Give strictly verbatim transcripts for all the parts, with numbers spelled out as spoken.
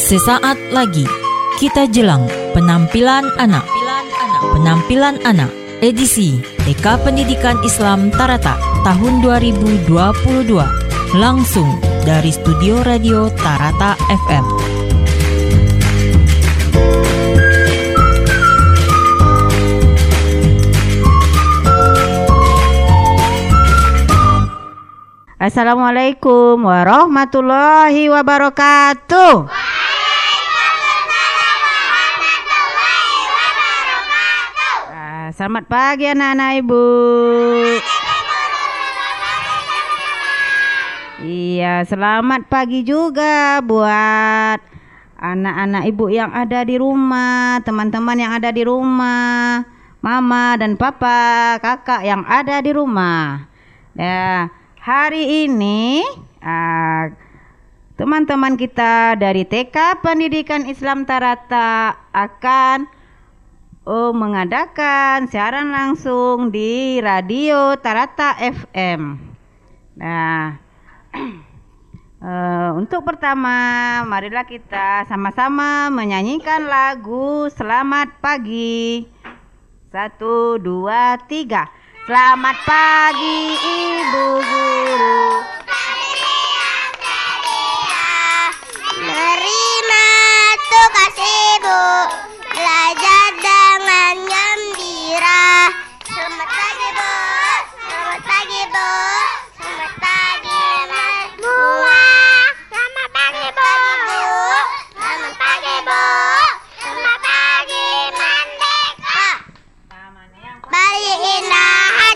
Sesaat lagi kita jelang penampilan anak. Penampilan anak edisi T K Pendidikan Islam Tarata tahun dua ribu dua puluh dua langsung dari studio radio Tarata F M. Assalamualaikum warahmatullahi wabarakatuh. Ah, selamat pagi anak-anak ibu. Iya, selamat pagi juga buat anak-anak ibu yang ada di rumah, teman-teman yang ada di rumah, mama dan papa, kakak yang ada di rumah. Ya. Hari ini uh, teman-teman kita dari T K Pendidikan Islam Tarata akan uh, mengadakan siaran langsung di radio Tarata F M. Nah, uh, untuk pertama, marilah kita sama-sama menyanyikan lagu Selamat Pagi. Satu, dua, tiga. Selamat pagi Ibu Guru. Terima tugas Ibu, belajar dengan gembira. Selamat pagi Bu, selamat pagi Bu, selamat pagi Mas Buah. Selamat pagi Bu, selamat pagi Bu, selamat pagi Merdeka. Bayi indah.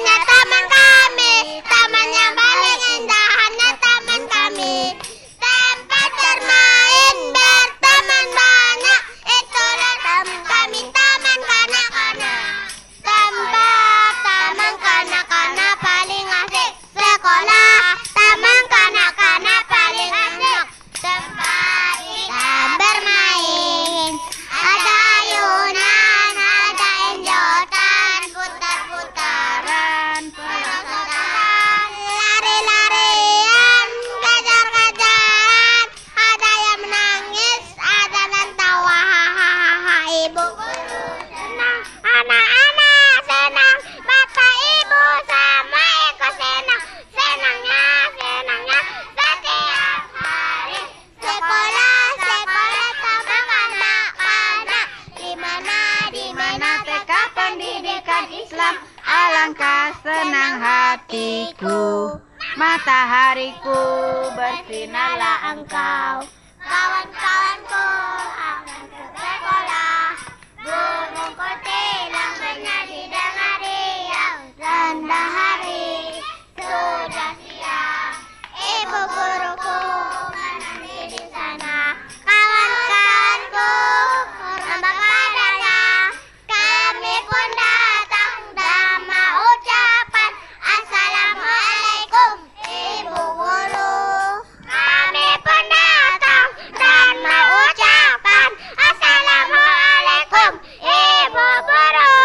Alangkah senang hatiku, matahariku, bersinarlah engkau. Kawan-kawanku akan ke sekolah, burung kutilang bernyanyi dengan riang. Tanda hari sudah siang, ibu guruku menanti di sana. Kawan-kawanku hormat padanya, kami pun datang dan mengucapkan Assalamualaikum Ibu Guru. Kami pun datang dan mengucapkan Assalamualaikum Ibu Guru.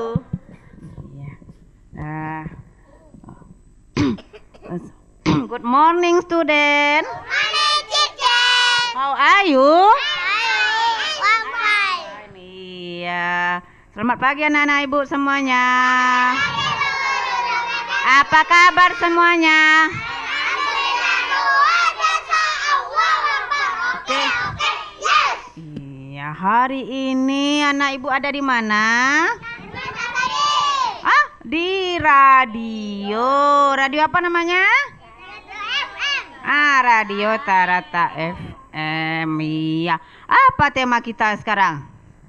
Nah. Good morning student. Morning teacher. How are you? I'm fine. Iya. Selamat pagi anak-anak ibu semuanya. Apa kabar semuanya? Oke. Iya, hari ini anak ibu ada di mana? Ah, di radio. Radio apa namanya? Ah, radio Tarata F M. Iya. Apa tema kita sekarang?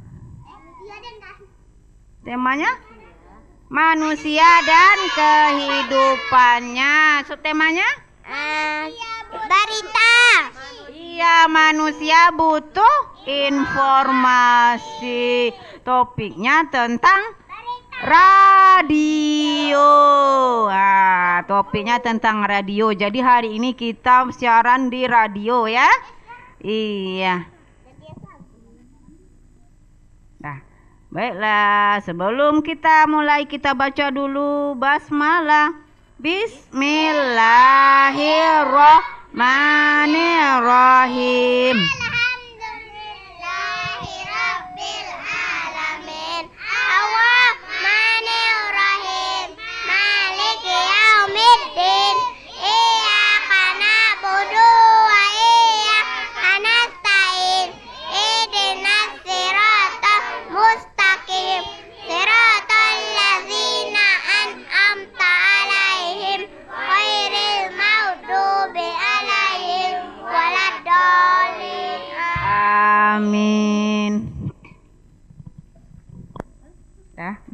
Temanya? Manusia dan kehidupannya. Subtemanya? Uh, Berita. Iya, manusia butuh informasi. Topiknya tentang radio. Ah, topiknya tentang radio. Jadi hari ini kita siaran di radio ya. Iya. Nah, baiklah, sebelum kita mulai kita baca dulu basmalah. Bismillahirrahmanirrahim.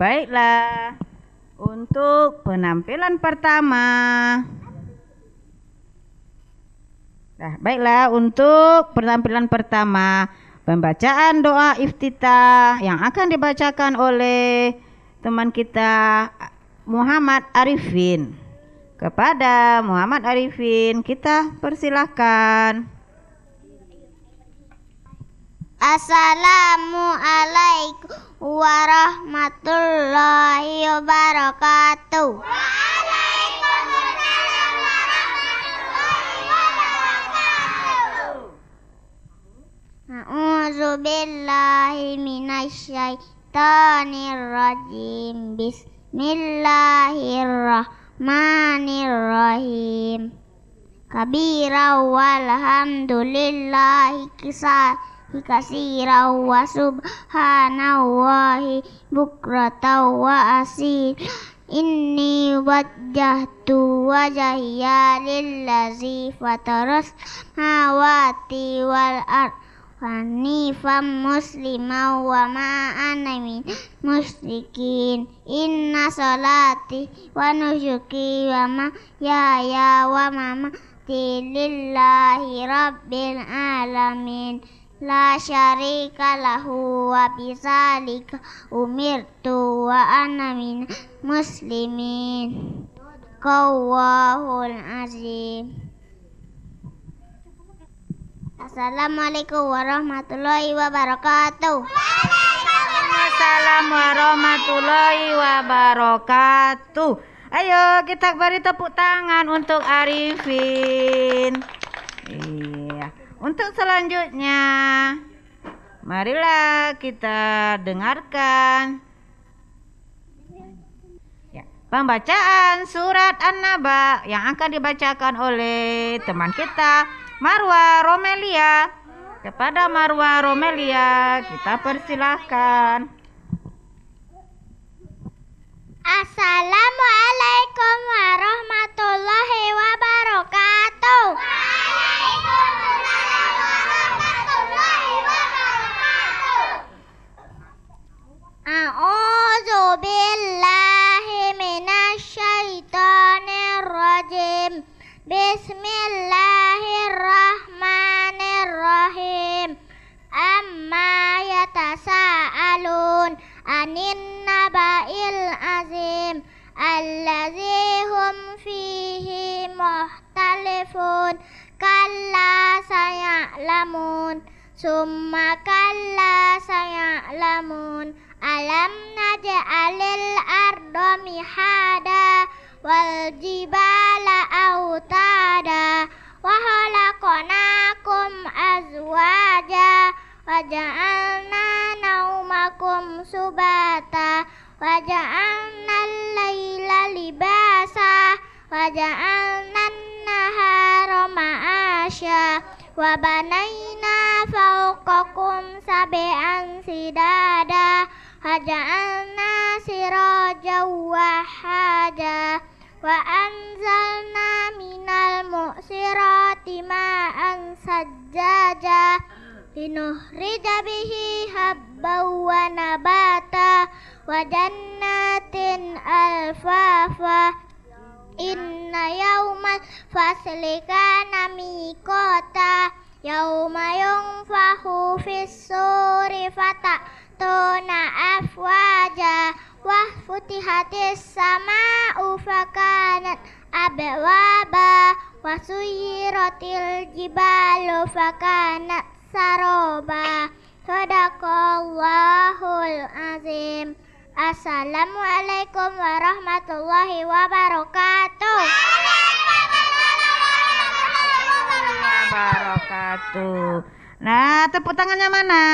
Baiklah, untuk penampilan pertama. Nah, baiklah untuk penampilan pertama, pembacaan doa iftitah yang akan dibacakan oleh teman kita Muhammad Arifin. Kepada Muhammad Arifin kita persilahkan. Assalamualaikum warahmatullahi wabarakatuh. Waalaikumsalam warahmatullahi wabarakatuh. A'udzu billahi minasyaitonir rajim. Bismillahirrahmanirrahim. Kabira walhamdulillahi kisah kasira wa subhanallahi bukratan wa asil. Inni wajjahtu wajhiya lillazi fataras samawati wal ard hanifan musliman wa ma ana min musyrikin. Inna salati wa nusuki wa mahyaya wa mamati lillahi rabbil alamin. La syarika lahu wa bidzalika umirtu wa ana min muslimin. Qawwahul azim. Assalamualaikum warahmatullahi wabarakatuh. Waalaikumsalam warahmatullahi wabarakatuh. Ayo kita beri tepuk tangan untuk Arifin. Iya. Untuk selanjutnya, marilah kita dengarkan ya, pembacaan surat An-Naba yang akan dibacakan oleh teman kita Marwa Romelia. Kepada Marwa Romelia kita persilahkan. Assalamualaikum warahmatullahi wabarakatuh. Waalaikumsalam warahmatullahi wabarakatuh. A'udzu billahi minasyaitonir rajim. Bismillahirrahmanirrahim. Amma yatasaalun anin naba'il azim allazi hum fihi mukhtalifun. Kalla saya'lamun summa kalla saya'lamun. Alam naj'alil arda mihada wal jibala autada wa khalaqnakum azwaja wa ja'alna naumakum subata wa ja'alna al-laila libasa wa ja'alna an-nahara ma'asya wa banayna fawqakum sab'an sidada wa ja'alna sirajan wahaja wa anzalna minal mu'sirati ma'an sajjaja linukhrija bihi habban wa nabata wa jannatin alfafa. Inna yawmal fasli kana miqata yawma yunfahu fis-suri fatatuna afwaja wa futihatis sama'u fakanat abwaba wa suyiratil jibalu fakanat saroba. Sadaqallahul azim. Assalamualaikum warahmatullahi wabarakatuh. Wabarakatuh. Nah, tepuk tangannya mana?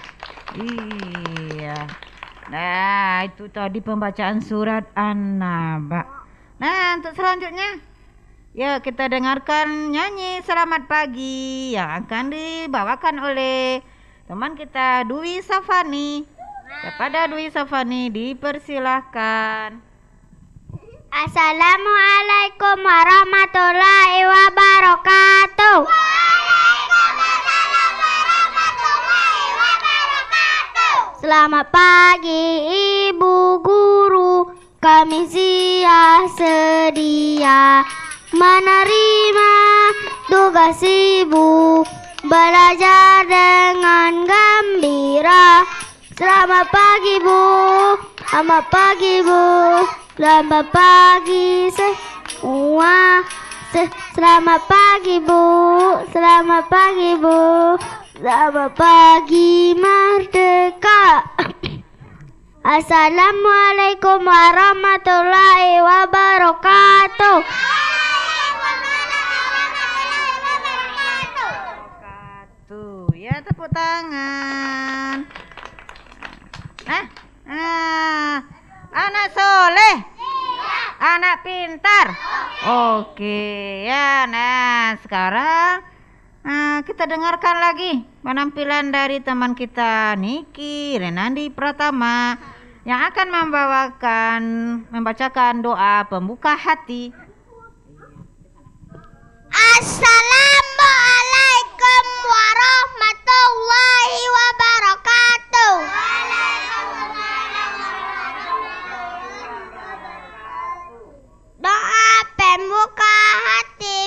Iya. Nah, itu tadi pembacaan surat An-Naba. Nah, untuk selanjutnya, ya kita dengarkan nyanyi Selamat Pagi yang akan dibawakan oleh teman kita Dwi Safani. Kepada Dwi Safani dipersilahkan. Assalamualaikum warahmatullahi wabarakatuh. Waalaikumsalam warahmatullahi wabarakatuh. Selamat pagi ibu guru. Kami siap sedia menerima tugas ibu, belajar dengan gembira. Selamat pagi bu, selamat pagi bu, selamat pagi semua. Selamat pagi bu, selamat pagi bu, selamat pagi merdeka. Assalamualaikum warahmatullahi wabarakatuh. Tuh, ya tepuk tangan. Nah, ah, anak soleh, anak pintar. Oke, ya. Nah, sekarang nah, kita dengarkan lagi penampilan dari teman kita Niki Renandi Pratama yang akan membawakan membacakan doa pembuka hati. Assalamualaikum warahmatullahi wabarakatuh. Doa pembuka hati.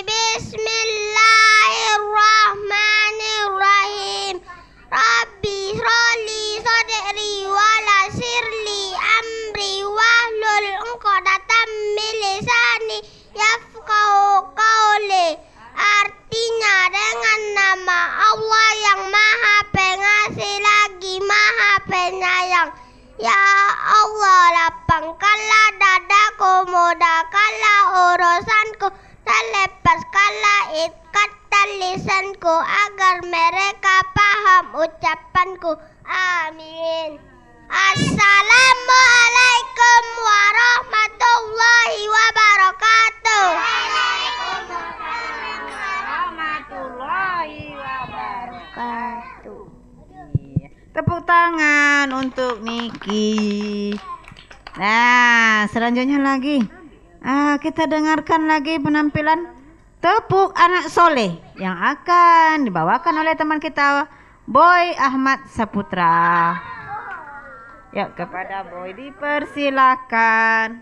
Bismillahirrahmanirrahim. Rabbi shrali sadri wala sirli amri wahlul uqdatam min lisani yafqahu qawli. Artinya, dengan nama Allah yang Maha Pengasih lagi Maha Penyayang. Ya Allah, lapangkanlah dadaku, mudahkanlah urusanku, dan lepaskanlah ikatan lisanku agar mereka paham ucapanku. Amin. Assalamualaikum warahmatullahi wabarakatuh. Warahmatullahi wabarakatuh. Tepuk tangan untuk Niki. Nah, selanjutnya lagi ah, kita dengarkan lagi penampilan tepuk anak soleh yang akan dibawakan oleh teman kita Boy Ahmad Saputra. Ya, kepada Boy dipersilakan.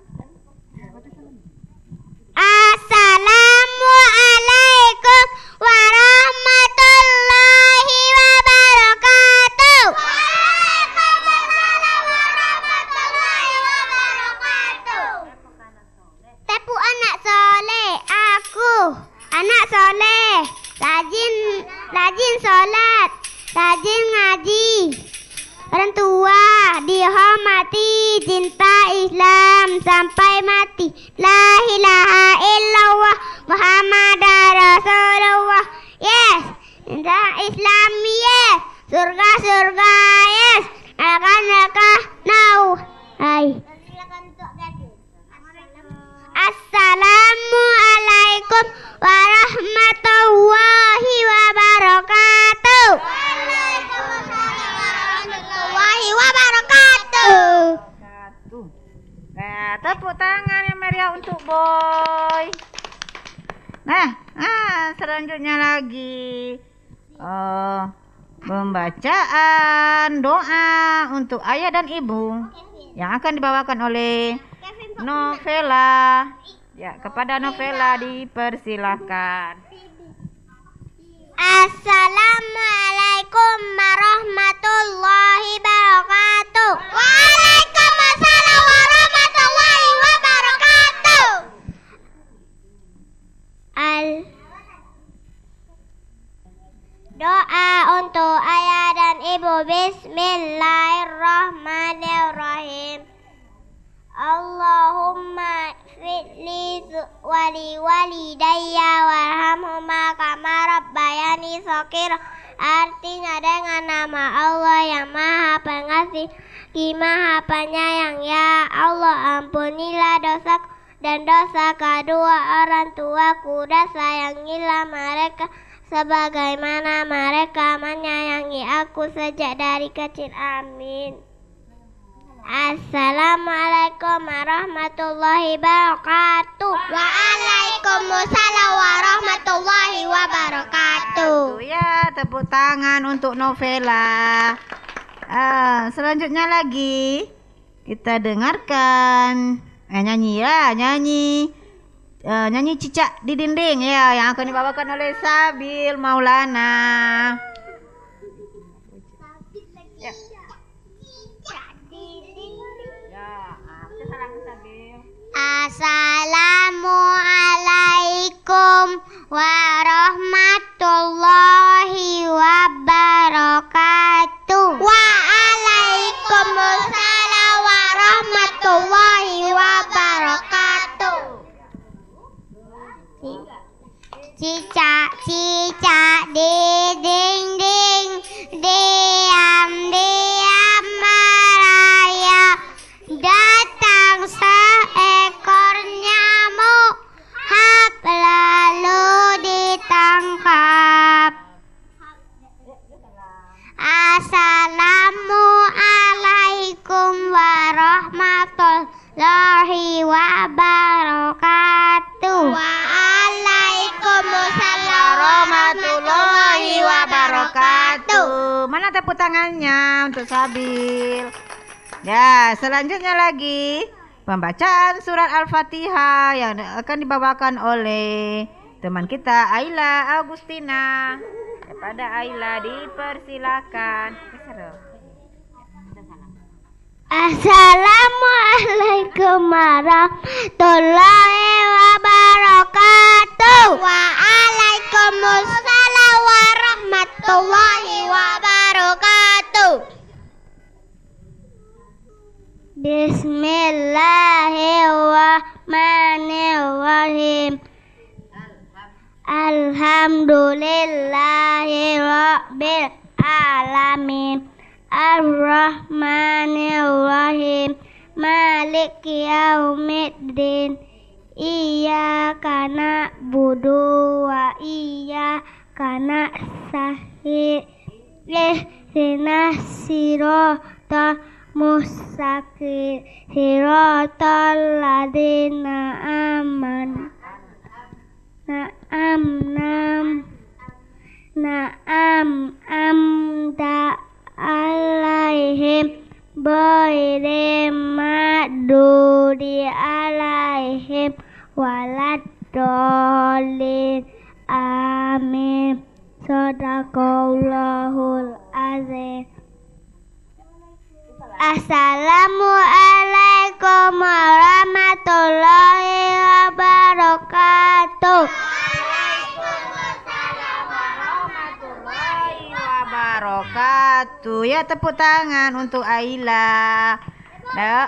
Assalamualaikum warahmatullahi wabarakatuh. Waalaikumsalam warahmatullahi wabarakatuh. Tepuk anak soleh, aku anak soleh, rajin rajin sholat, rajin ngaji. Orang tua dihormati, cinta Islam sampai mati. La ilaha illallah Muhammadar Rasulullah. Yes, cinta Islam yes, surga surga yes, akan neraka no. Hai. Assalamualaikum warahmatullahi wabarakatuh. Warahmatullahi wabarakatuh. Nah, tepuk tangan yang meriah untuk Boy. Nah, ah, selanjutnya lagi uh, pembacaan doa untuk ayah dan ibu yang akan dibawakan oleh Novela. Ya, kepada Novela dipersilakan. Assalamualaikum warahmatullahi wabarakatuh. Waalaikumsalam warahmatullahi wabarakatuh. Al Doa untuk ayah dan ibu. Bismillahirrahmanirrahim. Allahumma fitli wali walidayya warhamhuma kama rabbayani shaghira. Artinya, dengan nama Allah yang Maha Pengasih, Maha Penyayang. Ya Allah, ampunilah dosaku dan dosa kedua orang tuaku, dan sayangilah mereka sebagaimana mereka menyayangi aku sejak dari kecil. Amin. Assalamualaikum warahmatullahi wabarakatuh. Waalaikumsalam warahmatullahi wabarakatuh. Ya, tepuk tangan untuk Novela. Ah, selanjutnya lagi kita dengarkan. Eh, nyanyi ya, nyanyi. Uh, nyanyi Cicak di Dinding ya, yang akan dibawakan oleh Sabil Maulana. Ya. Assalamualaikum warahmatullahi wabarakatuh. Waalaikumsalam warahmatullahi wabarakatuh. Cicak-cicak di dinding, diam-diam merayap. Datang seekor nyamuk, hap lalu ditangkap. Assalamualaikum warahmatullahi wabarakatuh. Waalaikumsalam warahmatullahi wabarakatuh. Mana tepuk tangannya untuk Sabil? Ya, selanjutnya lagi pembacaan surat Al-Fatihah yang akan dibawakan oleh teman kita Aila Agustina. Kepada Aila dipersilakan. Assalamualaikum warahmatullahi wabarakatuh. Waalaikumsalam warahmatullahi wabarakatuh. Bismillahirrahmanirrahim. Alhamdulillahi rabbil alamin. Ar-Rahmanir-Rahim. Maliki yaumiddin. Iyyaka na'budu wa iyyaka nasta'in. Ihdinas siratal mustaqim. Siratal ladzina amanu. Na'am nam Na'am amda alaihim Bairi ma'dudi alaihim Waladdallin. Amin. Sadaqallahul azim. Assalamualaikum warahmatullahi wabarakatuh. Waalaikumsalam warahmatullahi wabarakatuh. Ya, tepuk tangan untuk Aila. Ya.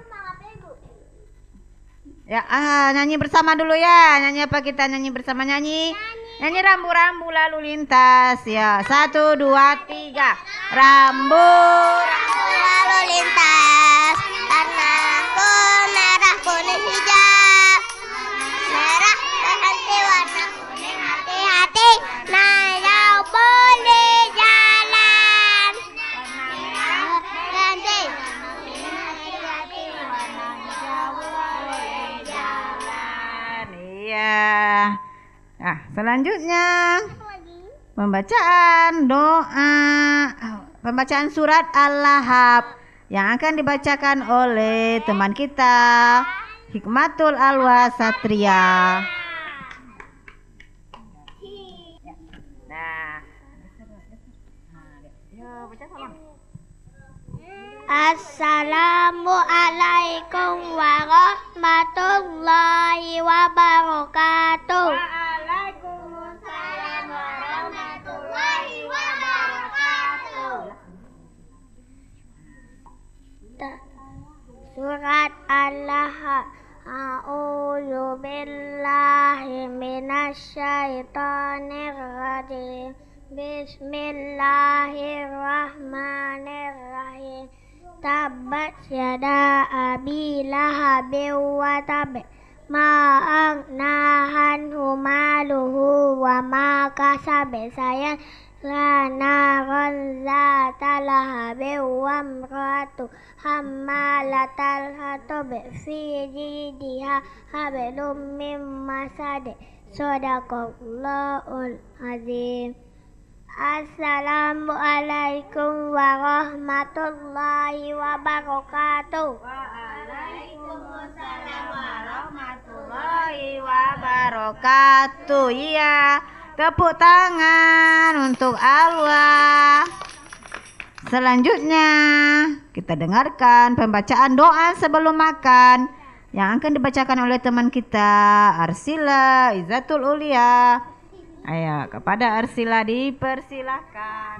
Ya, ah, nyanyi bersama dulu ya. Nyanyi apa kita nyanyi bersama nyanyi? Nyanyi rambu-rambu lalu lintas ya. Satu, dua, tiga. Rambu, rambu Lalu lintas, warna lampu merah kuning hijau. Merah berhenti, warna kuning hati-hati. Nayau boleh jalan. Merah berhenti, hati-hati. Warna hijau boleh jalan. Iya. Nah, selanjutnya pembacaan doa, pembacaan surat Al-Lahab yang akan dibacakan oleh teman kita Hikmatul Alwa Satria. Nah, Assalamualaikum warahmatullahi wabarakatuh. Waalaikumsalam warahmatullahi wabarakatuh. Surat Al-Lahab. A'udzu billahi minasyaitonir rajim. Bismillahirrahmanirrahim. Tabbat yada abi lahabin wa tab. Ma aghna anhu maluhu wa ma kasab. Saya lana ghazata lahabin wa imratu hammalatal hatab fi jidiha hablum min masad. Sadaqallahul azim. Assalamualaikum warahmatullahi wabarakatuh. Waalaikumsalam warahmatullahi wabarakatuh. Iya, tepuk tangan untuk Allah. Selanjutnya kita dengarkan pembacaan doa sebelum makan yang akan dibacakan oleh teman kita Arsila Izzatul Ulia. Ayo, kepada Arsila dipersilahkan.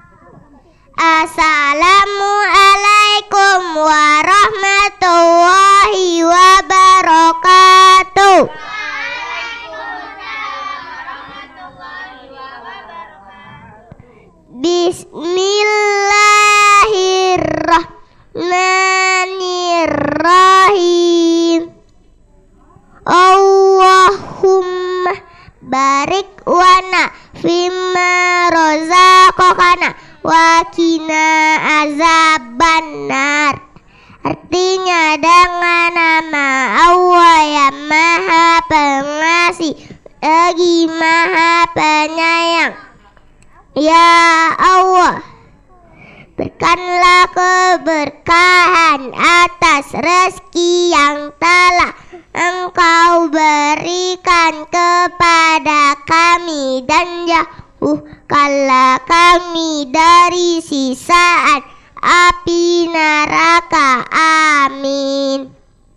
Assalamualaikum warahmatullahi wabarakatuh. Bismillahirrahmanirrahim. Allahumma barik wana fima rozaqana wa qina azabannar. Artinya dengan nama Allah yang Maha Pengasih lagi Maha Penyayang. Ya Allah, berikanlah keberkahan atas rezeki yang telah Engkau berikan kepada kami dan jauhkanlah kami dari sisaan api neraka. Amin.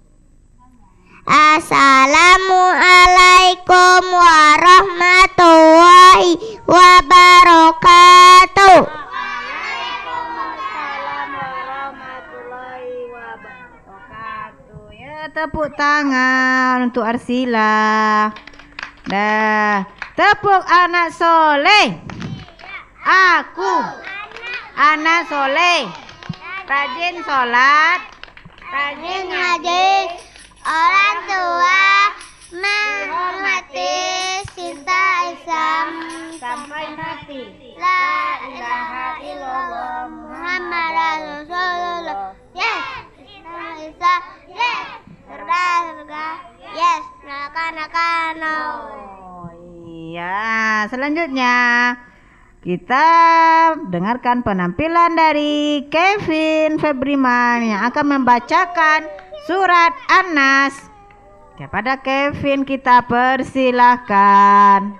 Assalamualaikum warahmatullahi wabarakatuh. Waalaikumsalam warahmatullahi wabarakatuh. Ya, tepuk tangan untuk Arsila. Dah, tepuk anak soleh. Aku anak soleh, rajin sholat, rajin ngaji, Orang tua menghormati cinta Islam sampai mati. La ilaha illallah Muhammad Rasulullah. Yes, Isa. Yes, surga. Yes, neraka no. Oh iya, selanjutnya kita dengarkan penampilan dari Kevin Febriman yang akan membacakan surat An-Nas. Kepada Kevin kita persilahkan.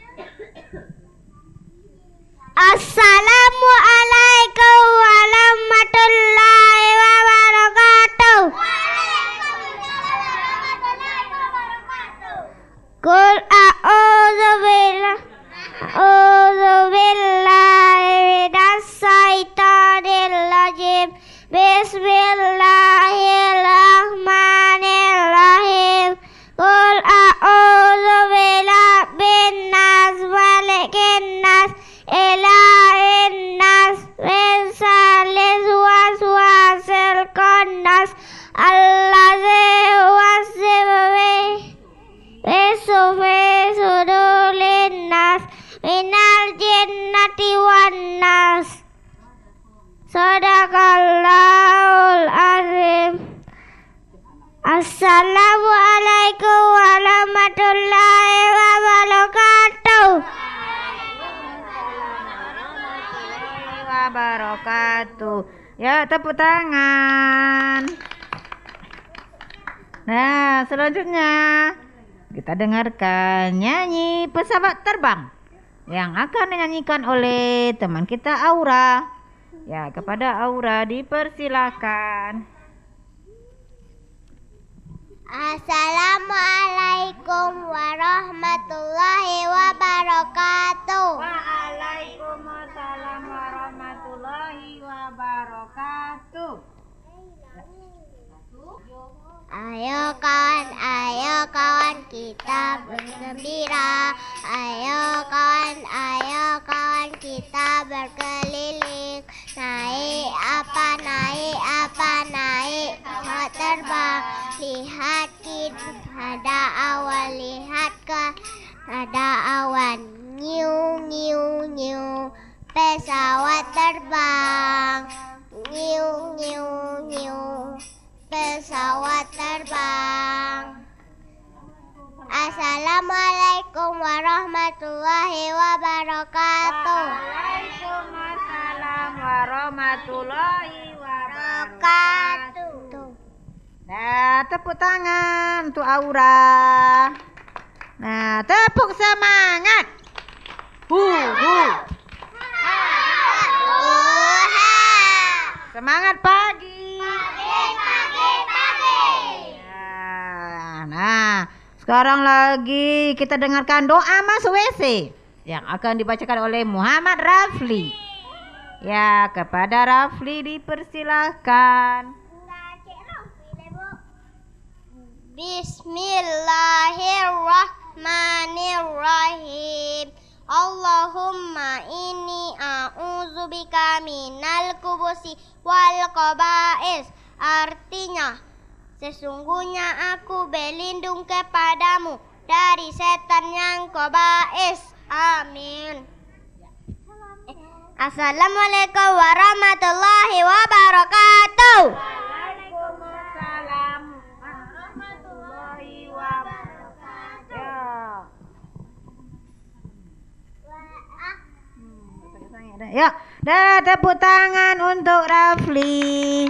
Assalamualaikum warahmatullahi wabarakatuh. Qul a'udzu billah a'udzu billahi minas syaitonir rajim. Bismillahirrahmanirrahim. Qul a'udzu birabbin nas, malikin nas, ilahin nas, min syarril waswasil khannas, allazi yuwaswisu fi sudurin nas, minal jinnati wan nas. Sadaqallahul azim. Assalamualaikum warahmatullahi wabarakatuh. Wabarakatuh. Ya, tepuk tangan. Nah, selanjutnya kita dengarkan nyanyi pesawat terbang yang akan dinyanyikan oleh teman kita Aura. Ya, kepada Aura dipersilakan. Assalamualaikum warahmatullahi wabarakatuh. Waalaikumsalam warahmatullahi wabarakatuh. Ayo kawan, ayo kawan kita bergembira. Ayo kawan, ayo kawan kita berkeliling. Naik apa, naik apa, naik pesawat terbang. Lihat kita ada awan, lihat ke ada awan. Nyiu, nyiu, nyiu, pesawat terbang. Nyiu, nyiu, nyiu, pesawat terbang. Assalamualaikum warahmatullahi wabarakatuh. warahmatullahi wabarakatuh. Nah, tepuk tangan untuk Aura. Nah, tepuk semangat. Hu hu. Semangat pagi. Pagi, pagi, pagi. Nah, nah, sekarang lagi kita dengarkan doa masuk W C yang akan dibacakan oleh Muhammad Rafli. Ya, kepada Rafli dipersilahkan. Bismillahirrahmanirrahim. Allahumma inni a'udzubika minal kubusi wal qaba'is. Artinya, sesungguhnya aku berlindung kepadamu dari setan yang qaba'is. Amin. Assalamualaikum warahmatullahi wabarakatuh. Waalaikumsalam warahmatullahi wabarakatuh. Ya, dah tepuk tangan untuk Rafli.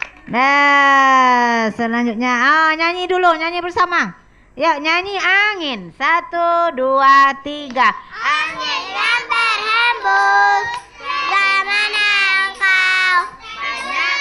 Nah, selanjutnya, ah, nyanyi dulu, nyanyi bersama. Yuk, nyanyi angin. Satu, dua, tiga. Angin yang berhembus, kemana engkau? Banyak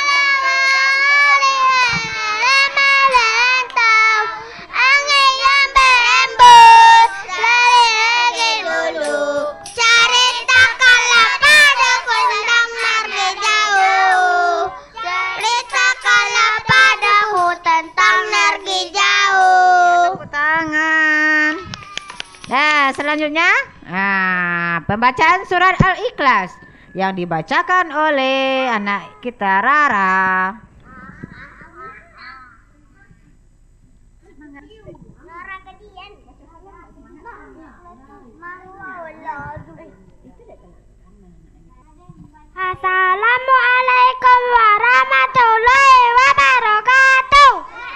melantau. Angin yang berhembus, lari lagi dulu. Ceritakanlah padaku tentang pergi jauh. Ceritakanlah padaku tentang pergi jauh. Tepuk tangan. Nah, selanjutnya, nah, pembacaan surat Al-Ikhlas yang dibacakan oleh anak kita Rara. Assalamualaikum warahmatullahi wabarakatuh.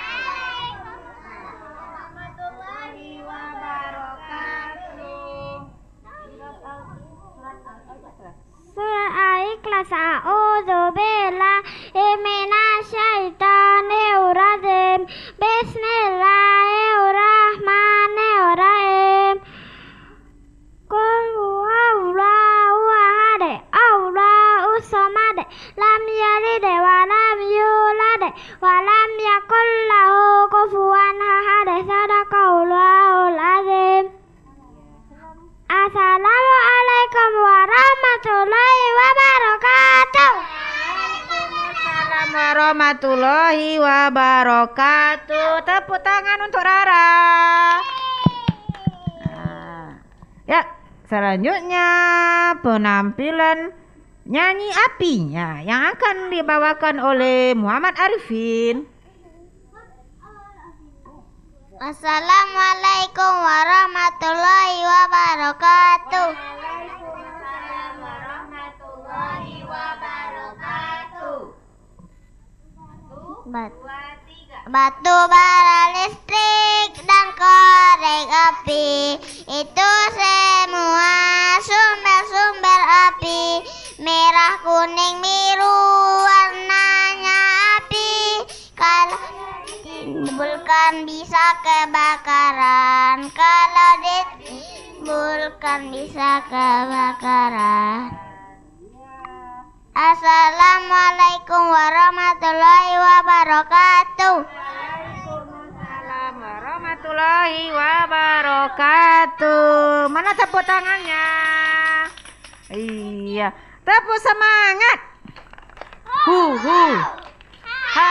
Surah Al-Ikhlas. A'udzubillahi minasyaitonir rajim. Bismillahirrahmanirrahim. Qul huwallahu ahad, Allahu samad, lam yalid wa lam yulad wa lam yakul lahu kufuwan ahad. Sadaqallahul azim. Assalamualaikum warahmatullahi wabarakatuh. Waalaikumsalam warahmatullahi wabarakatuh. Tepuk tangan untuk Rara. Nah, ya, selanjutnya penampilan nyanyi api ya, yang akan dibawakan oleh Muhammad Arifin. Assalamualaikum warahmatullahi wabarakatuh. Waalaikumsalam warahmatullahi wabarakatuh. Bat- Batu bara listrik dan korek api, itu semua sumber-sumber api. Merah, kuning, biru warnanya api. Kalau ditimbulkan bisa kebakaran. Kalau ditimbulkan bisa kebakaran. Assalamualaikum warahmatullahi wabarakatuh. Waalaikumsalam warahmatullahi wabarakatuh. Mana tepuk tangannya? Iya, tepuk semangat. Hu hu. Ha.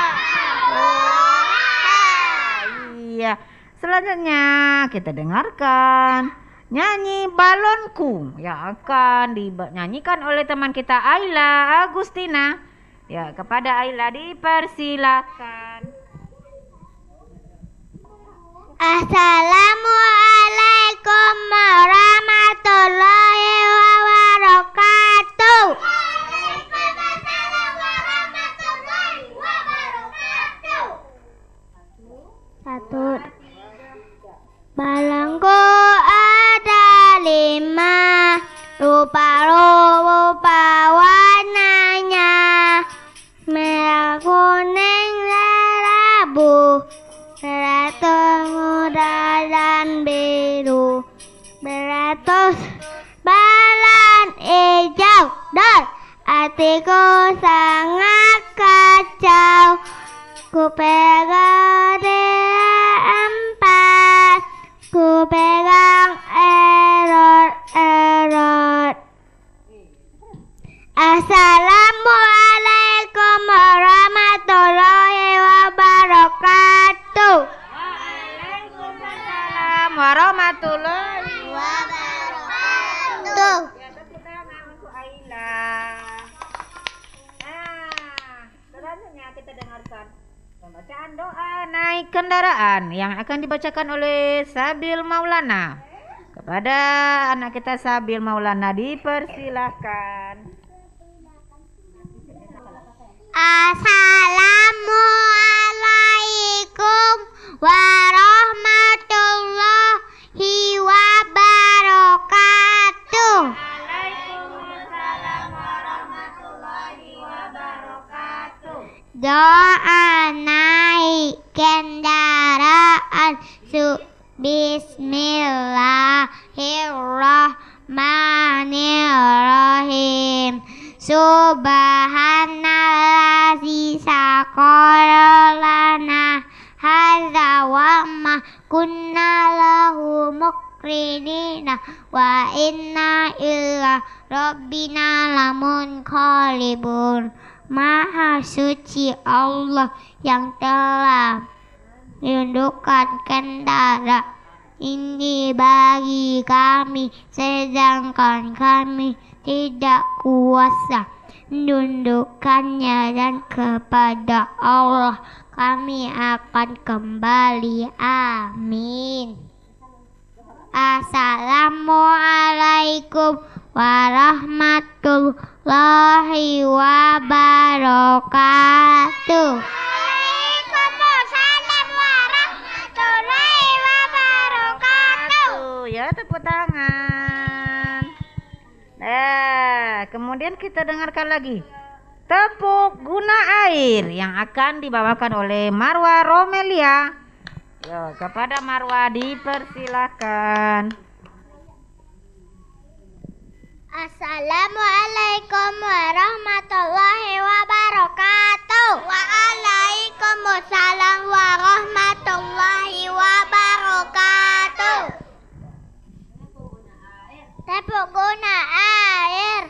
Iya. Selanjutnya kita dengarkan nyanyi Balonku yang akan dinyanyikan oleh teman kita Ayla Agustina. Ya, kepada Ayla dipersilakan. Assalamualaikum warahmatullahi wabarakatuh. Waalaikumsalam warahmatullahi wabarakatuh. Satu. Balangku ada lima, rupa-rupa warnanya. Ratus balan hijau dan hatiku sangat kacau. Ku pegang dia empat, ku pegang erot-erot. Assalamualaikum warahmatullahi wabarakatuh. Waalaikumsalam warahmatullahi Wabarakatuh. Ya, tepuk tangan untuk Aila. Nah, selanjutnya kita dengarkan pembacaan doa naik kendaraan yang akan dibacakan oleh Sabil Maulana. Kepada anak kita Sabil Maulana dipersilahkan. Assalamualaikum warahmatullahi wabarakatuh. Waalaikumsalam warahmatullahi wabarakatuh. Doa naik kendaraan su Bismillahirrahmanirrahim. Subhanallazi sakhkhara lana hadza wa ma kunna lahu muqrinina wa inna ila rabbina lamunqalibun. Maha suci Allah yang telah menundukkan kendara ini bagi kami, sedangkan kami tidak kuasa menundukkannya, dan kepada Allah kami akan kembali. Amin. Assalamualaikum warahmatullahi wabarakatuh. Waalaikumsalam warahmatullahi wabarakatuh. Ya, tepuk tangan. Nah, kemudian kita dengarkan lagi tepuk guna air yang akan dibawakan oleh Marwa Romelia. Yo, kepada Marwa dipersilahkan. Assalamualaikum warahmatullahi wabarakatuh. Waalaikumsalam warahmatullahi wabarakatuh. Tepuk guna air.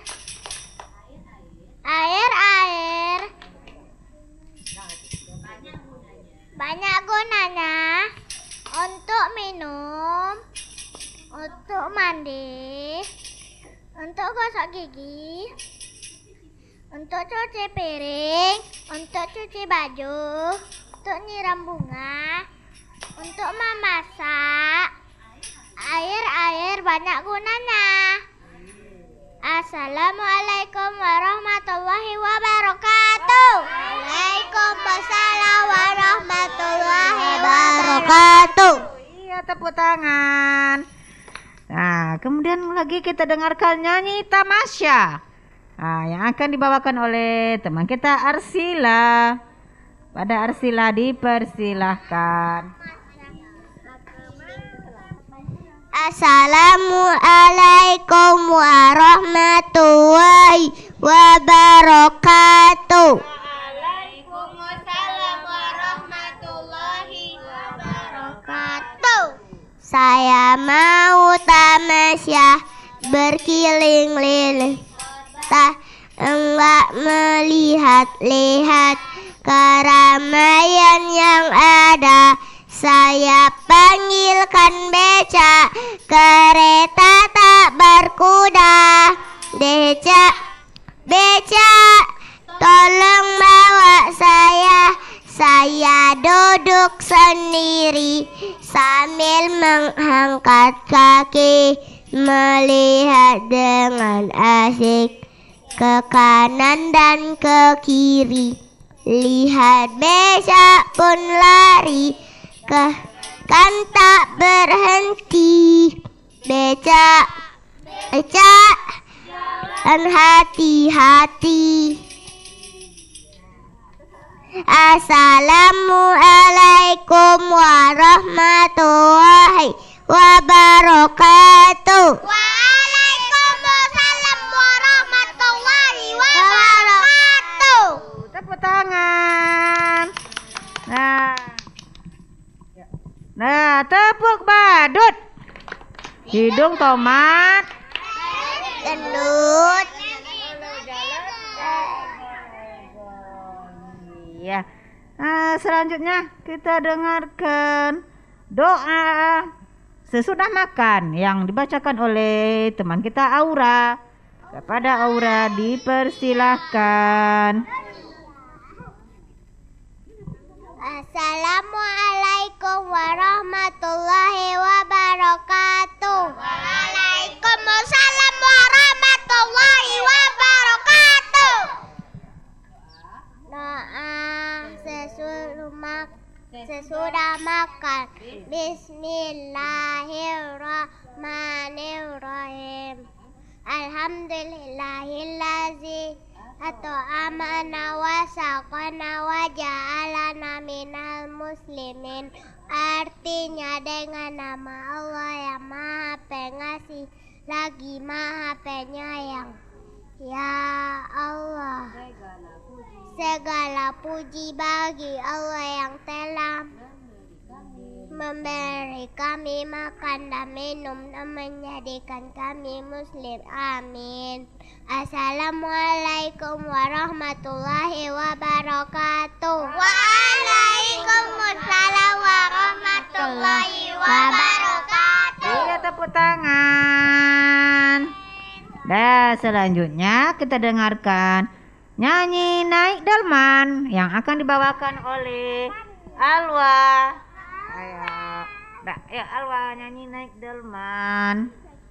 Air, air. Banyak gunanya untuk minum, untuk mandi, untuk gosok gigi, untuk cuci piring, untuk cuci baju, untuk nyiram bunga, untuk memasak. Air, air banyak gunanya. Assalamualaikum warahmatullahi wabarakatuh. Waalaikumsalam warahmatullahi wabarakatuh. Iya, tepuk tangan. Nah, kemudian lagi kita dengarkan nyanyi tamasya. Nah, yang akan dibawakan oleh teman kita Arsila. Pada Arsila dipersilahkan. Assalamualaikum warahmatullahi wabarakatuh. Waalaikumsalam warahmatullahi wabarakatuh. Saya mau tamasya berkeliling-liling, tak enggak melihat-lihat keramaian yang ada. Saya panggilkan beca, kereta tak berkuda. Beca, beca, tolong bawa saya. Saya duduk sendiri sambil mengangkat kaki, melihat dengan asik ke kanan dan ke kiri. Lihat beca pun lari, ke kan tak berhenti. Beca, beca, dan hati-hati. Assalamualaikum warahmatullahi wabarakatuh. Nah, tepuk badut. Hidung tomat. Gendut. Iya. Nah, selanjutnya kita dengarkan doa sesudah makan yang dibacakan oleh teman kita Aura. Kepada Aura dipersilahkan. Assalamualaikum warahmatullahi wabarakatuh. Waalaikumsalam warahmatullahi wabarakatuh. Doa sesudah mak sesudah makan. Bismillahirrahmanirrahim. Alhamdulillahillazi at'amana wa saqana wa ja'alana minal muslimin. Artinya dengan nama Allah yang Maha Pengasih lagi Maha Penyayang. Ya Allah, segala puji bagi Allah yang telah memberi kami makan dan minum dan menjadikan kami muslim. Amin. Assalamualaikum warahmatullahi wabarakatuh. Waalaikumsalam warahmatullahi wabarakatuh. Iya, tepuk tangan. Dan selanjutnya kita dengarkan nyanyi Naik Delman yang akan dibawakan oleh Alwa. Ayo, dah, ya Alwa nyanyi Naik Delman.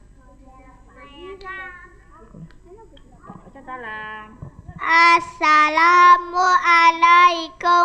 Salam. Assalamualaikum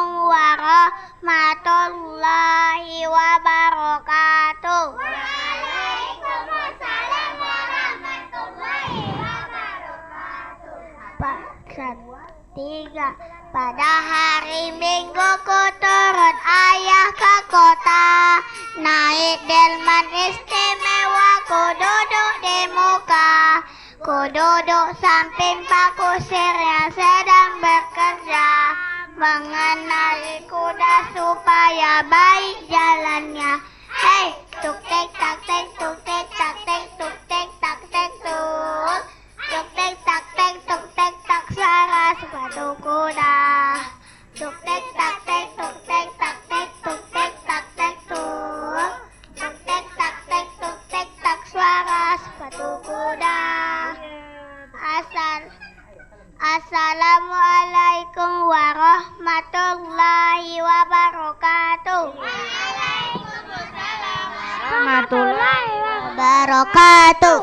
warahmatullahi wabarakatuh. Waalaikumsalam warahmatullahi wabarakatuh. Pasal tiga. Pada hari Minggu ku turun ayah ke kota. Naik delman istimewa, ku duduk di muka. Ku duduk samping Pak Kusir yang sedang bekerja, mengenali kuda supaya baik jalannya. Hei, tuk tek tak tek, tuk tek tak tek, tuk tek tak tek tuk. Tuk tek tak tek, tuk tek tak, suara sepatu kuda. Tuk tek tak tek, tuk tek tak tek, tuk tek tak tek tuk. Tuk tek tak tek, tuk tek tak, suara sepatu kuda. Asal Assalamualaikum warahmatullahi wabarakatuh. Waalaikumsalam warahmatullahi wabarakatuh.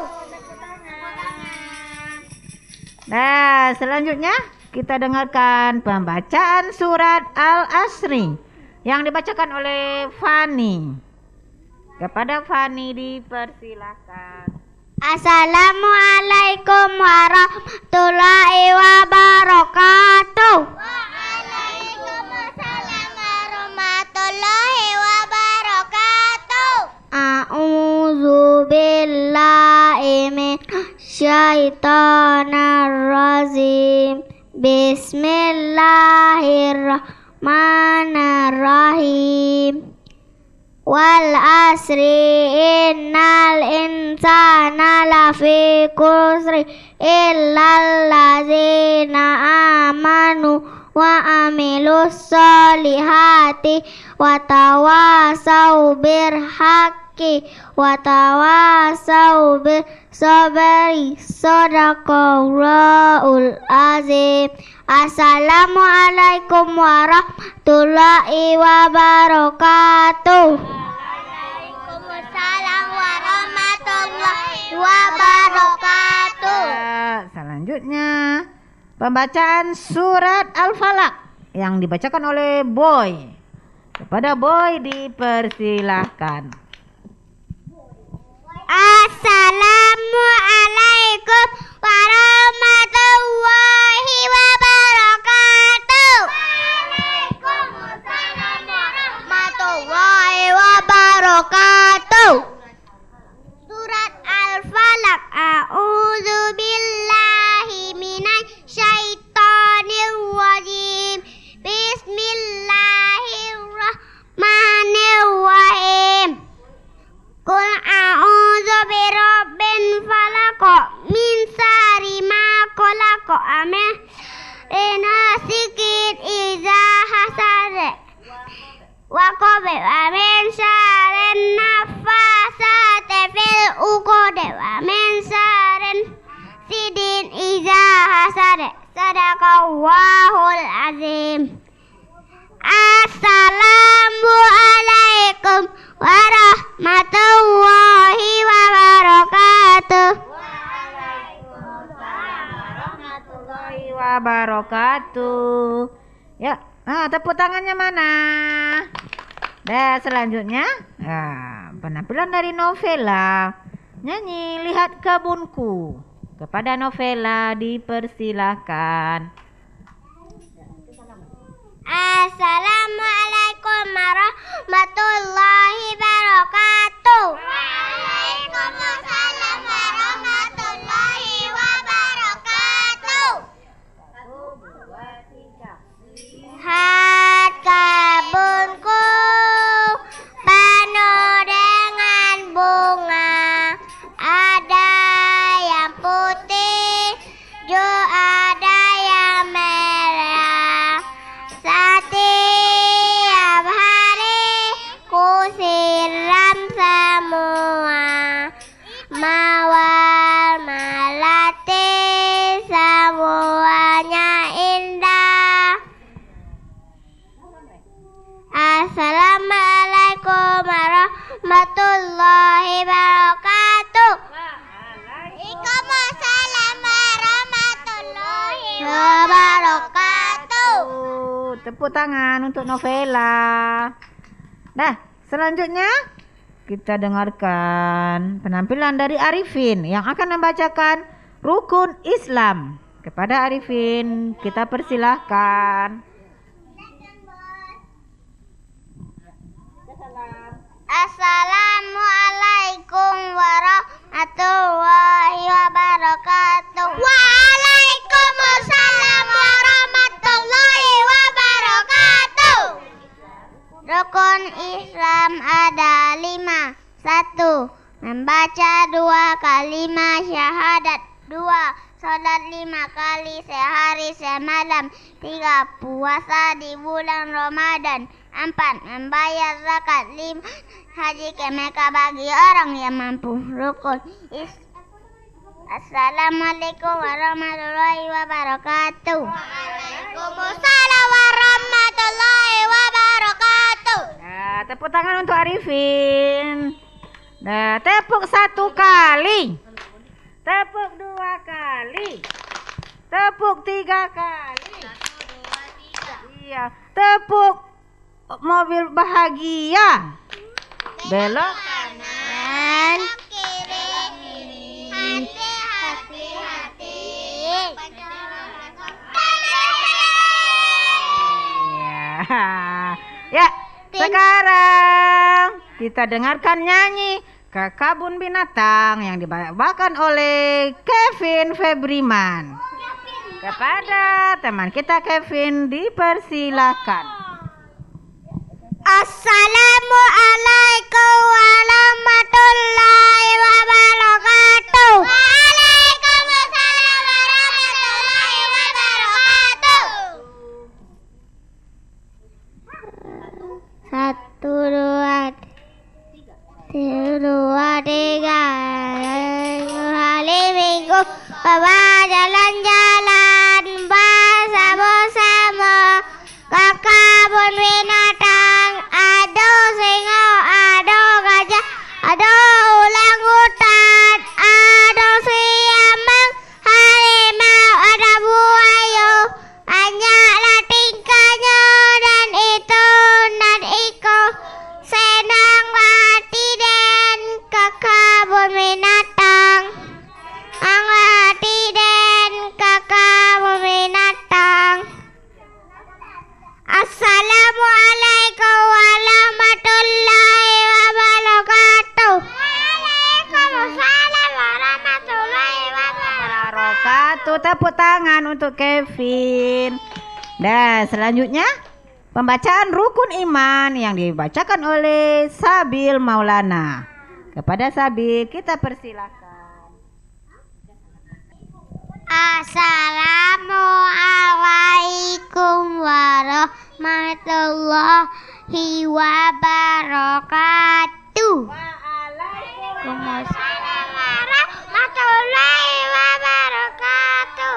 Nah, selanjutnya kita dengarkan pembacaan surat Al-Asri yang dibacakan oleh Fani. Kepada Fani dipersilahkan. Assalamualaikum warahmatullahi wabarakatuh. Waalaikumsalam warahmatullahi wabarakatuh. A'udzu billahi minasyaitonir rajim. Bismillahirrahmanirrahim. Wal asri innal insana lafi kusri illal ladzina amanu wa amilus solihati wa tawasau bir haqqi wa tawasau bis sabri. Sadaqallahul azim. Assalamualaikum warahmatullahi wabarakatuh. Waalaikumsalam warahmatullahi wabarakatuh. Selanjutnya pembacaan surat Al-Falaq yang dibacakan oleh Boy. Kepada Boy dipersilahkan. Assalamualaikum warahmatullahi wabarakatuh. Waalaikumsalam warahmatullahi wabarakatuh. Surat Al-Falaq. A'udzu billahi minasyaitonir rajim. Bismillahirrahmanirrahim. wabarakatuh. Ya, nah, tepuk tangannya mana? Dan selanjutnya, nah, penampilan dari Novela. Nyanyi Lihat Kebunku. Kepada Novela dipersilakan. Assalamualaikum warahmatullahi wabarakatuh. Waalaikumsalam warahmatullahi wabarakatuh. Lihat kebunku penuh dengan bunga, ada yang putih, juga ada yang merah. Setiap hari ku siram semua, mawar melati semuanya indah. Assalamualaikum warahmatullahi wabarakatuh. Waalaikumsalam warahmatullahi wabarakatuh. Tepuk tangan untuk Novela. Nah, selanjutnya kita dengarkan penampilan dari Arifin yang akan membacakan Rukun Islam. Kepada Arifin kita persilahkan. Assalamualaikum warahmatullahi wabarakatuh. Waalaikumsalam warahmatullahi wabarakatuh. Rukun Islam ada lima. Satu, membaca dua kalimat syahadat. Dua, sholat lima kali sehari semalam. Tiga, puasa di bulan Ramadan. Empat, membayar zakat. Lima, haji ke Mekah bagi orang yang mampu. Rukun Islam. Assalamualaikum warahmatullahi wabarakatuh. Waalaikumsalam warahmatullahi wabarakatuh. Nah, tepuk tangan untuk Arifin. Nah, tepuk satu kali. Tepuk dua kali. Tepuk tiga kali. Iya, tepuk mobil bahagia. Belok kanan, kiri, hati, hati, hati. Ya, ya. Sekarang kita dengarkan nyanyi Ke Kebun Binatang yang dibawakan oleh Kevin Febriman. Kepada teman kita Kevin dipersilakan. Assalamualaikum warahmatullahi wabarakatuh. Waalaikumsalam warahmatullahi wabarakatuh. Satu dua dua tiga hari minggu bawa jalan-jalan bersama-sama ke kebun binatang. Ada singa, ada gajah, ada orangutan, ada siamang, harimau, ada buaya. Banyaklah tingkahnya dan itu dan iko. Senanglah hati dan ke kebun binatang. Senanglah hati dan ke kebun binatang. Assalamualaikum warahmatullahi wabarakatuh. Waalaikumsalam warahmatullahi wabarakatuh. Tepuk tangan untuk Kevin. Dan selanjutnya pembacaan Rukun Iman yang dibacakan oleh Sabil Maulana. Kepada Sabil kita persilakan. Assalamualaikum warahmatullahi wabarakatuh. Waalaikumsalam warahmatullahi wabarakatuh.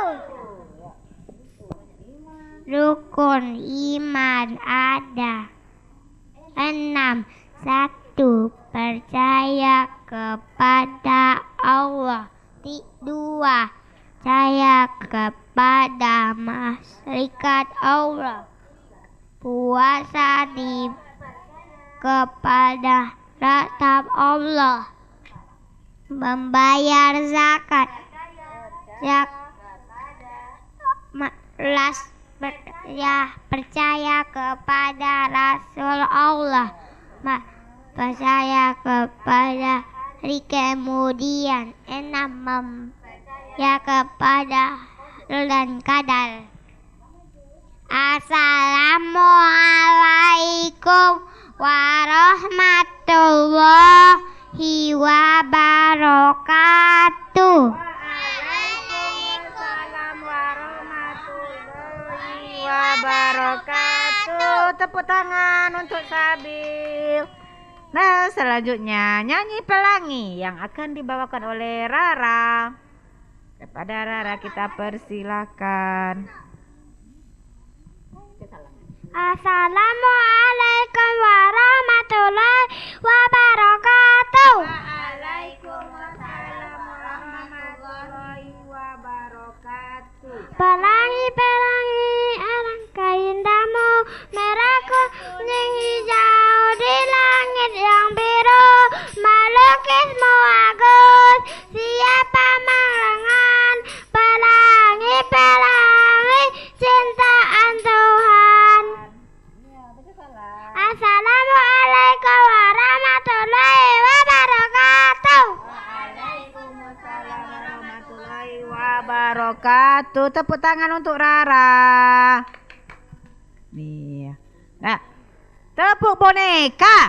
Rukun iman ada enam. Satu, percaya kepada Allah. Dua, percaya kepada malaikat Allah, puasa di kepada ratap Allah, membayar zakat, zak, las, ya, percaya kepada Rasul Allah, percaya kepada hari kemudian, enam ya kepada bulan Qadar. Assalamualaikum warahmatullahi wabarakatuh. Waalaikumsalam warahmatullahi wabarakatuh. Tepuk tangan untuk Sabil. Nah, selanjutnya nyanyi pelangi yang akan dibawakan oleh Rara. Kepada Rara kita persilakan. Assalamualaikum warahmatullahi wabarakatuh. Waalaikumsalam warahmatullahi wabarakatuh. Pelangi-pelangi alangkah indahmu, merah kuning hijau di langit yang biru, melukismu agus, siapa malangan. Pelangi-pelangi cintaan Tuhan. Assalamualaikum warahmatullahi wabarakatuh. Waalaikumsalam warahmatullahi wabarakatuh. Tepuk tangan untuk Rara. Nih. Nah, tepuk boneka.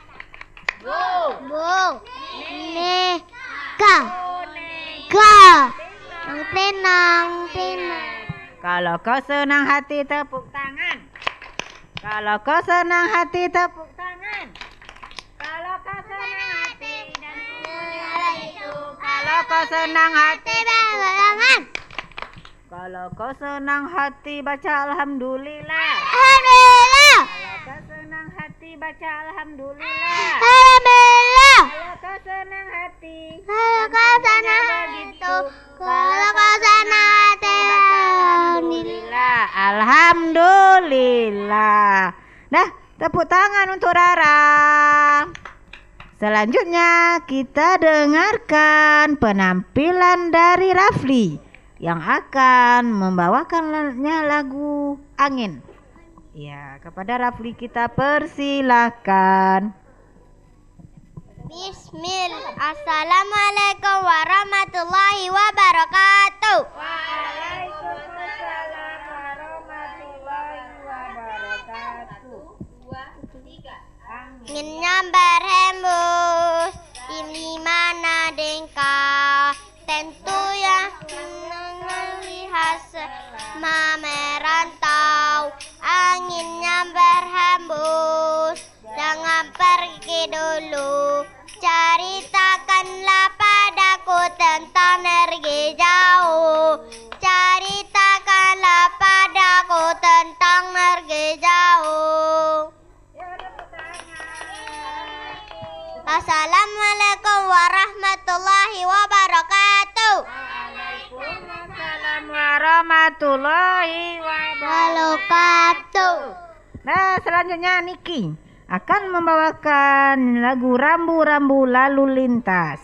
Boneka. Ka. Tenang, tenang. Kalau kau senang hati tepuk tangan. Kalau kau senang hati tepuk tangan. Kalau kau senang hati dan punya itu. Kalau kau senang hati tepuk tangan. Kalau kau senang hati baca alhamdulillah. Alhamdulillah. Kalau kau senang hati baca alhamdulillah. Alhamdulillah. Kalau kau senang hati. Kalau kau senang begitu. Kalau kau senang hati. Alhamdulillah. Alhamdulillah. Nah, tepuk tangan untuk Rara. Selanjutnya kita dengarkan penampilan dari Rafli yang akan membawakannya lagu Angin. Ya, kepada Rafli kita persilakan. Bismillah. Assalamualaikum warahmatullahi wabarakatuh. Waalaikumsalam warahmatullahi wabarakatuh. Anginnya berhembus di mana dengkau, tentu yang melihat semua merantau. Anginnya berhembus, jangan pergi dulu. Ceritakanlah padaku tentang negeri jauh. Ceritakanlah padaku tentang negeri jauh. Assalamualaikum warahmatullahi wabarakatuh. Waalaikumsalam warahmatullahi wabarakatuh. Nah, selanjutnya Niki akan membawakan lagu Rambu-Rambu Lalu Lintas.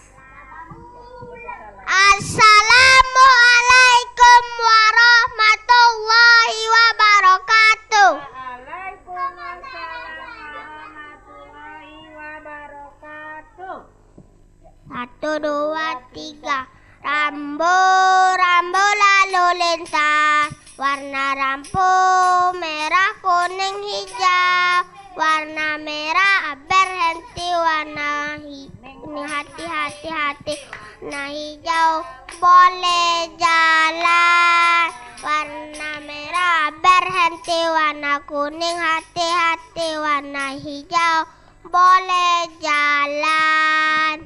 Assalamualaikum warahmatullahi wabarakatuh. Waalaikumsalam warahmatullahi wabarakatuh. Satu, dua, tiga. Rambu, rambu lalu lintas. Warna rambu merah, kuning, hijau. Warna merah berhenti, warna ini hati-hati hati. Warna hijau boleh jalan. Warna merah berhenti, warna kuning hati-hati. Warna hijau boleh jalan.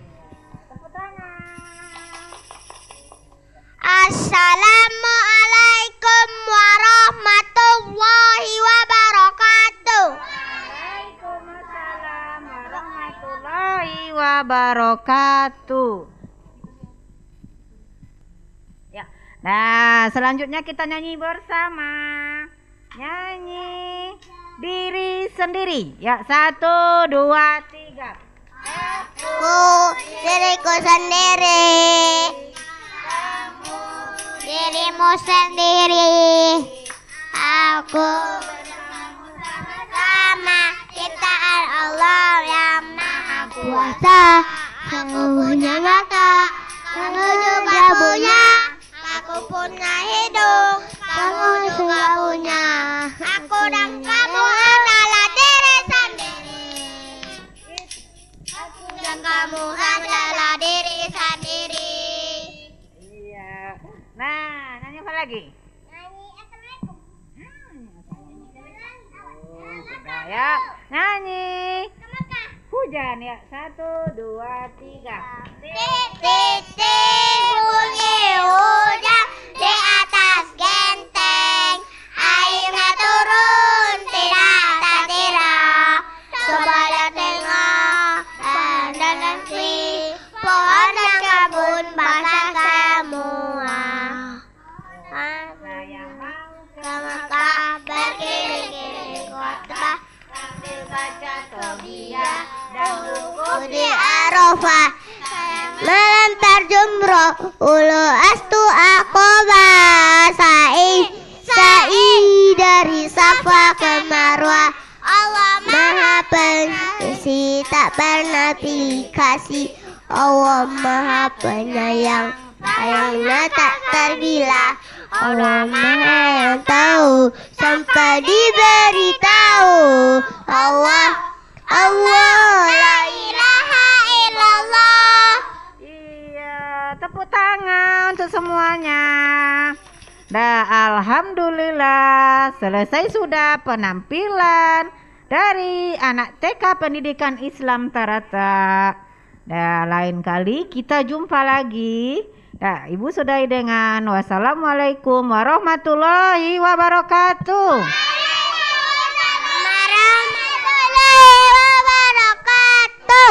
Assalamualaikum warahmatullahi wabarakatuh. Waalaikumsalam warahmatullahi wabarakatuh. Ya. Nah, selanjutnya kita nyanyi bersama. Nyanyi diri sendiri. Ya, satu, dua, tiga. Aku diriku sendiri, kamu dirimu sendiri. Aku bersama ciptaan Allah yang Maha Kuasa. Kamu punya mata, kamu juga punya. Aku punya hidung, kamu juga punya. Aku dan kamu adalah diri sendiri. Aku dan kamu adalah diri sendiri. Iya. Nah, nyanyi apa lagi? Nyanyi Assalamualaikum. Sudah ya. Nyanyi hujan ya. Satu, dua, tiga. Titik bunyi hujan di atas genteng. Airnya turun tidak tak tidak. Coba lihat tengok dan nanti pohon dan kebun basah semua. Saya mau ke Mekah berkeliling kota sambil baca Tobiyah dan buku di Arafah. Melempar jumroh ulu astu Aqobah. Sa'i sa'i dari Safa ke Marwah. Allah Maha Pengasih tak pernah pilih kasih. Allah Maha Penyayang, sayangnya tak terbilah. Allah Maha yang tahu sampai diberitahu. Allah, Allah, la ilaha illallah. Iya, tepuk tangan untuk semuanya. Dah, alhamdulillah selesai sudah penampilan dari anak T K Pendidikan Islam Tarata. Dah, lain kali kita jumpa lagi. Dah, Ibu sudahi dengan wassalamualaikum warahmatullahi wabarakatuh. Warahmatullahi wabarakatuh.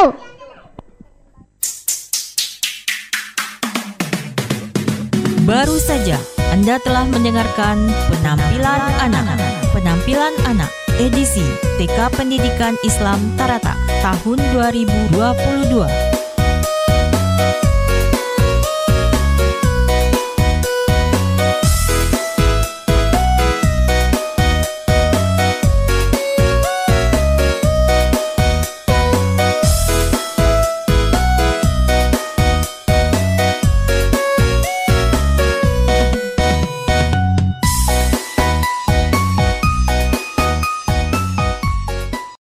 Baru saja Anda telah mendengarkan penampilan anak. Penampilan anak edisi T K Pendidikan Islam Tarata tahun dua ribu dua puluh dua.